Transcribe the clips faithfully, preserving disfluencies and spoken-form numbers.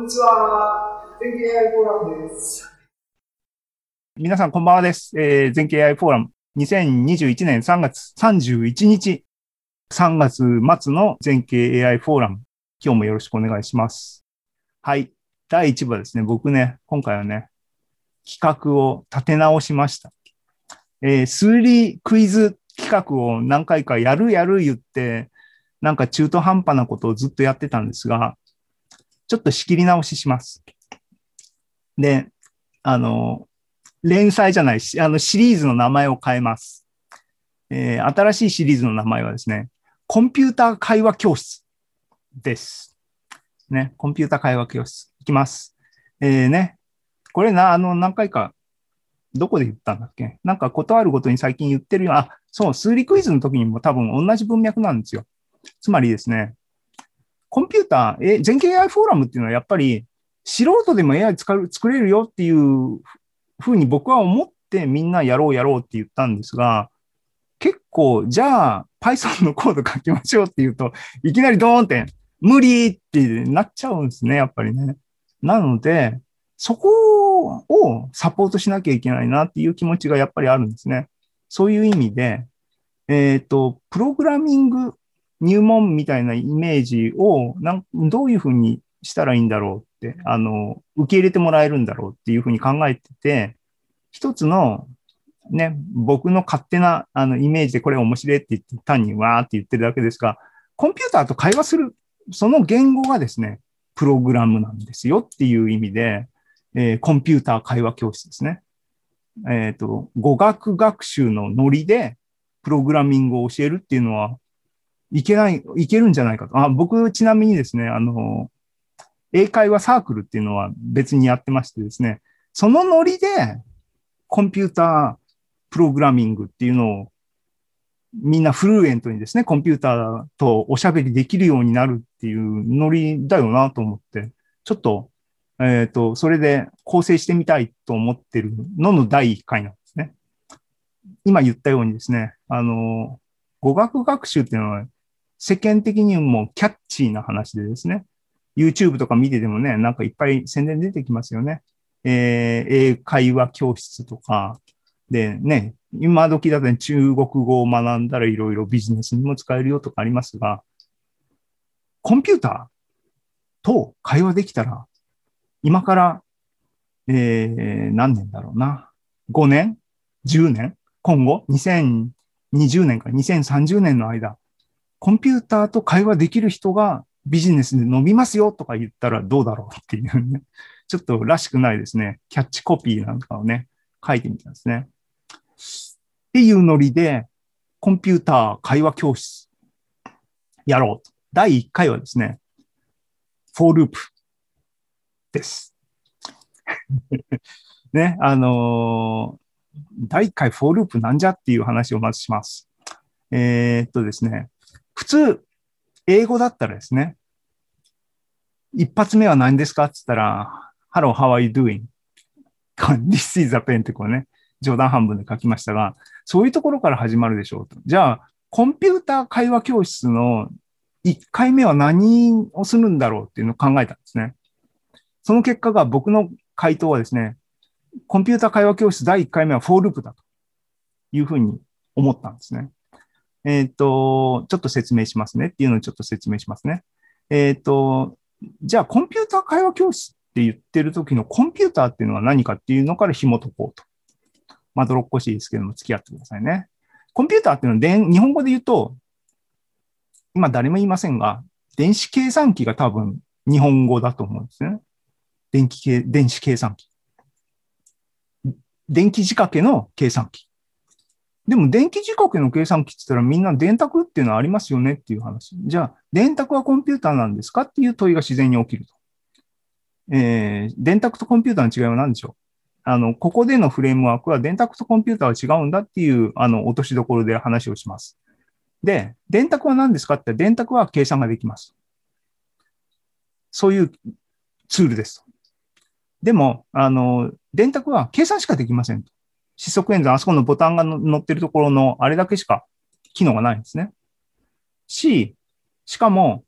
にちは。全景 エーアイ フォーラムです。 皆さんこんばんはです。えー、全景 エーアイ フォーラムにせんにじゅういちねんさんがつさんじゅういちにち、さんがつ末の全景 エーアイ フォーラム、今日もよろしくお願いします。はい。だいいち部はですね、僕ね、今回はね、企画を立て直しました。えー、数理クイズ企画を何回かやるやる言って、なんか中途半端なことをずっとやってたんですが、ちょっと仕切り直しします。で、あの、連載じゃないし、あのシリーズの名前を変えます。えー、新しいシリーズの名前はですね、コンピューター会話教室です。ね、コンピューター会話教室。いきます。えー、ね、これな、あの、何回か、どこで言ったんだっけ？なんかことあるごとに最近言ってるよ。あ、そう、数理クイズの時にも多分同じ文脈なんですよ。つまりですね、コンピューター、え、全景 エーアイ フォーラムっていうのはやっぱり素人でも エーアイ 使う作れるよっていうふうに僕は思ってみんなやろうやろうって言ったんですが、結構、じゃあ Python のコード書きましょうって言うと、いきなりドーンって無理ってなっちゃうんですね、やっぱりね。なので、そこをサポートしなきゃいけないなっていう気持ちがやっぱりあるんですね。そういう意味で、えっと、プログラミング入門みたいなイメージをなんどういうふうにしたらいいんだろうって、あの、受け入れてもらえるんだろうっていうふうに考えてて、一つのね、僕の勝手なあのイメージでこれ面白いって言って単にわーって言ってるだけですが、コンピューターと会話する、その言語がですね、プログラムなんですよっていう意味で、えーコンピューター会話教室ですね。えっと、語学学習のノリでプログラミングを教えるっていうのはいけない、いけるんじゃないかと。あ、僕ちなみにですね、あの、英会話サークルっていうのは別にやってましてですね、そのノリでコンピュータープログラミングっていうのをみんなフルエントにですね、コンピューターとおしゃべりできるようになるっていうノリだよなと思って、ちょっと、えっと、それで構成してみたいと思ってるののだいいっかいなんですね。今言ったようにですね、あの、語学学習っていうのは世間的にもキャッチーな話でですね、YouTube とか見ててもね、なんかいっぱい宣伝出てきますよね。えー、英会話教室とか、でね、今時だとね、中国語を学んだらいろいろビジネスにも使えるよとかありますが、コンピューターと会話できたら、今から、えー、何年だろうな。ごねん ?じゅう 年今後 ?にせんにじゅう 年からにせんさんじゅうねんの間、コンピューターと会話できる人がビジネスで伸びますよとか言ったらどうだろうっていうね。ちょっとらしくないですね。キャッチコピーなんかをね、書いてみたんですね。っていうノリで、コンピューター会話教室やろうと。だいいっかいはですね、フォーループです。ね、あのー、だいいっかいフォーループなんじゃっていう話をまずします。えー、っとですね、普通、英語だったらですね、一発目は何ですかって言ったら、Hello, how are you doing?This is a pen ってこうね、冗談半分で書きましたが、そういうところから始まるでしょうと。じゃあ、コンピューター会話教室のいっかいめは何をするんだろうっていうのを考えたんですね。その結果が僕の回答はですね、コンピューター会話教室だいいっかいめはフォーループだというふうに思ったんですね。えっ、ー、と、ちょっと説明しますねっていうのをちょっと説明しますね。えっ、ー、と、じゃあコンピューター会話教室って言ってる時のコンピューターっていうのは何かっていうのから紐解こうと。まどろっこしいですけども、付き合ってくださいね。コンピューターっていうのは、日本語で言うと、今誰も言いませんが、電子計算機が多分日本語だと思うんですね。電気系、電子計算機。電気仕掛けの計算機。でも電気仕掛けの計算機って言ったらみんな電卓っていうのはありますよねっていう話。じゃあ、電卓はコンピューターなんですかっていう問いが自然に起きると。えー、電卓とコンピューターの違いは何でしょう？あの、ここでのフレームワークは電卓とコンピューターは違うんだっていう、あの、落としどころで話をします。で、電卓は何ですかって、電卓は計算ができます。そういうツールです。でも、あの、電卓は計算しかできません。四則演算、あそこのボタンが載ってるところのあれだけしか機能がないんですね。し、しかも、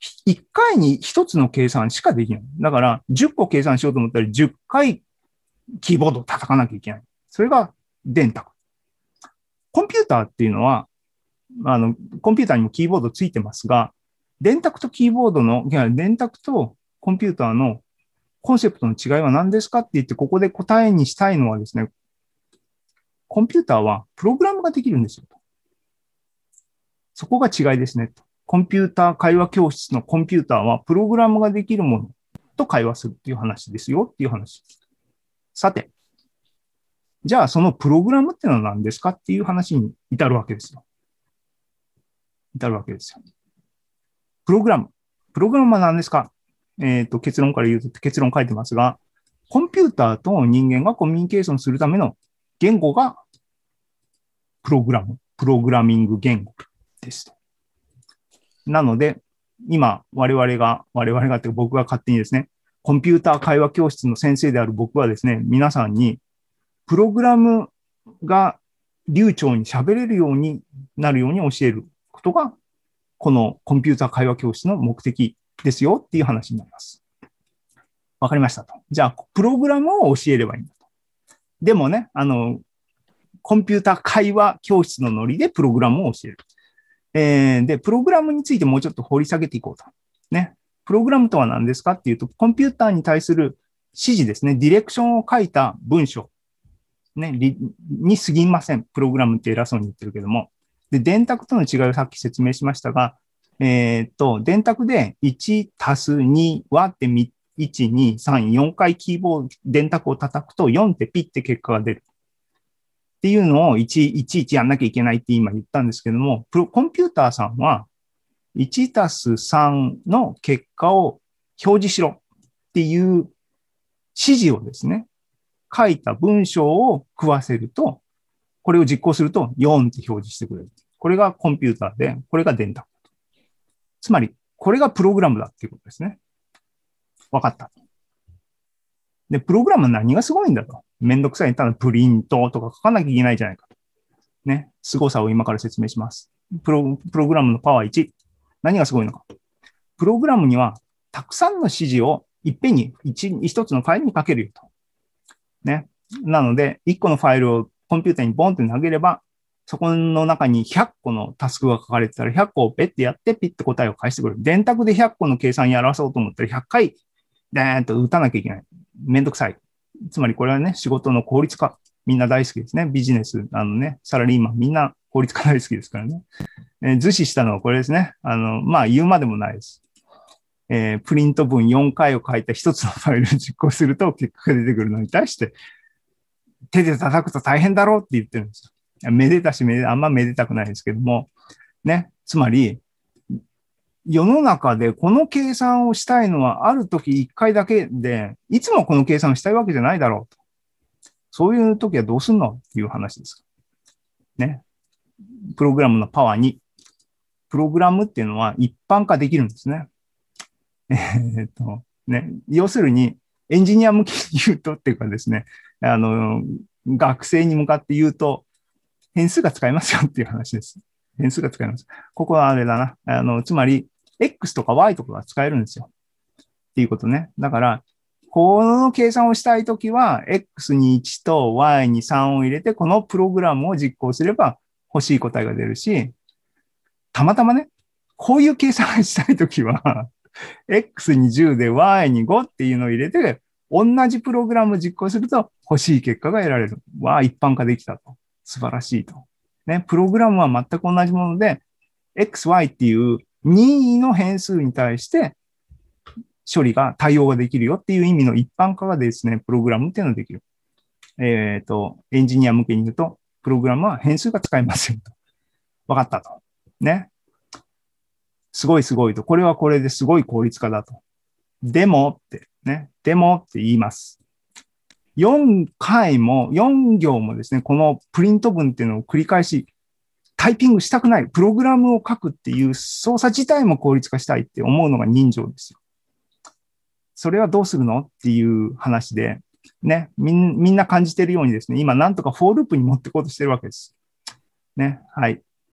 いっかいにひとつの計算しかできない。だから、じゅっこ計算しようと思ったらじゅっかいキーボードを叩かなきゃいけない。それが電卓。コンピューターっていうのは、あの、コンピューターにもキーボードついてますが、電卓とキーボードの、いや、電卓とコンピューターのコンセプトの違いは何ですかって言って、ここで答えにしたいのはですね、コンピューターはプログラムができるんですよ。そこが違いですね。コンピューター会話教室のコンピューターはプログラムができるものと会話するっていう話ですよっていう話。さて、じゃあそのプログラムってのは何ですかっていう話に至るわけですよ。至るわけですよ。プログラム。プログラムは何ですか？えっと、結論から言うと結論書いてますが、コンピューターと人間がコミュニケーションするための言語がプログラム、プログラミング言語です。なので、今、我々が、我々がって僕が勝手にですね、コンピューター会話教室の先生である僕はですね、皆さんに、プログラムが流暢に喋れるようになるように教えることが、このコンピューター会話教室の目的ですよっていう話になります。わかりましたと。じゃあ、プログラムを教えればいいんだと。でもね、あの、コンピューター会話教室のノリでプログラムを教える。えー、で、プログラムについてもうちょっと掘り下げていこうと。ね。プログラムとは何ですかっていうと、コンピューターに対する指示ですね。ディレクションを書いた文章。ね。に過ぎません。プログラムって偉そうに言ってるけども。で、電卓との違いをさっき説明しましたが、えー、っと、電卓でいちたすにはっていち、に、さん、よんかいキーボード、電卓を叩くとよんってピッて結果が出る。っていうのをいちいちいちやんなきゃいけないって今言ったんですけども、プロコンピューターさんはいちたすさんの結果を表示しろっていう指示をですね、書いた文章を食わせると、これを実行するとよんって表示してくれる。これがコンピューターで、これが電卓。つまり、これがプログラムだっていうことですね。わかった。で、プログラムは何がすごいんだと。めんどくさい。ただプリントとか書かなきゃいけないじゃないかと。ね。凄さを今から説明します。プロ、プログラムのパワーいち。何がすごいのか。プログラムにはたくさんの指示をいっぺんに一一つのファイルに書けるよと。ね。なので、いっこのファイルをコンピューターにボンって投げれば、そこの中にひゃっこのタスクが書かれてたらひゃっこをペッてやってピッて答えを返してくる。電卓でひゃっこの計算やらそうと思ったらひゃっかい、でーんと打たなきゃいけない。めんどくさい。つまりこれはね、仕事の効率化。みんな大好きですね。ビジネス、あのね、サラリーマン、みんな効率化大好きですからね。えー、図示したのはこれですね。あの、まあ言うまでもないです。えー、プリント文よんかいを書いた一つのファイルを実行すると結果が出てくるのに対して、手で叩くと大変だろうって言ってるんですよ。めでたしめで、あんまめでたくないですけども、ね。つまり、世の中でこの計算をしたいのはある時一回だけで、いつもこの計算をしたいわけじゃないだろうと。そういう時はどうすんのっていう話です。ね。プログラムのパワーに。プログラムっていうのは一般化できるんですね。えー、っと、ね。要するに、エンジニア向けに言うとっていうかですね、あの、学生に向かって言うと、変数が使えますよっていう話です。変数が使えます。ここはあれだな。あの、つまり、X とか Y とかが使えるんですよ。っていうことね。だから、この計算をしたいときは、X にいちと Y にさんを入れて、このプログラムを実行すれば欲しい答えが出るし、たまたまね、こういう計算をしたいときは、X にじゅうで Y にごっていうのを入れて、同じプログラムを実行すると欲しい結果が得られる。わあ、一般化できたと。素晴らしいと。ね、プログラムは全く同じもので、X、Y っていう任意の変数に対して処理が、対応ができるよっていう意味の一般化がですね、プログラムっていうのができる。えっと、エンジニア向けに言うと、プログラムは変数が使えますよと。わかったと。ね。すごいすごいと。これはこれですごい効率化だと。でもってね。でもって言います。よんかいも、よん行もですね、このプリント文っていうのを繰り返しタイピングしたくない。プログラムを書くっていう操作自体も効率化したいって思うのが人情ですよ。それはどうするのっていう話で、ね、みん、みんな感じてるようにですね、今なんとかフォーループに持っていこうとしてるわけです。ね、はい。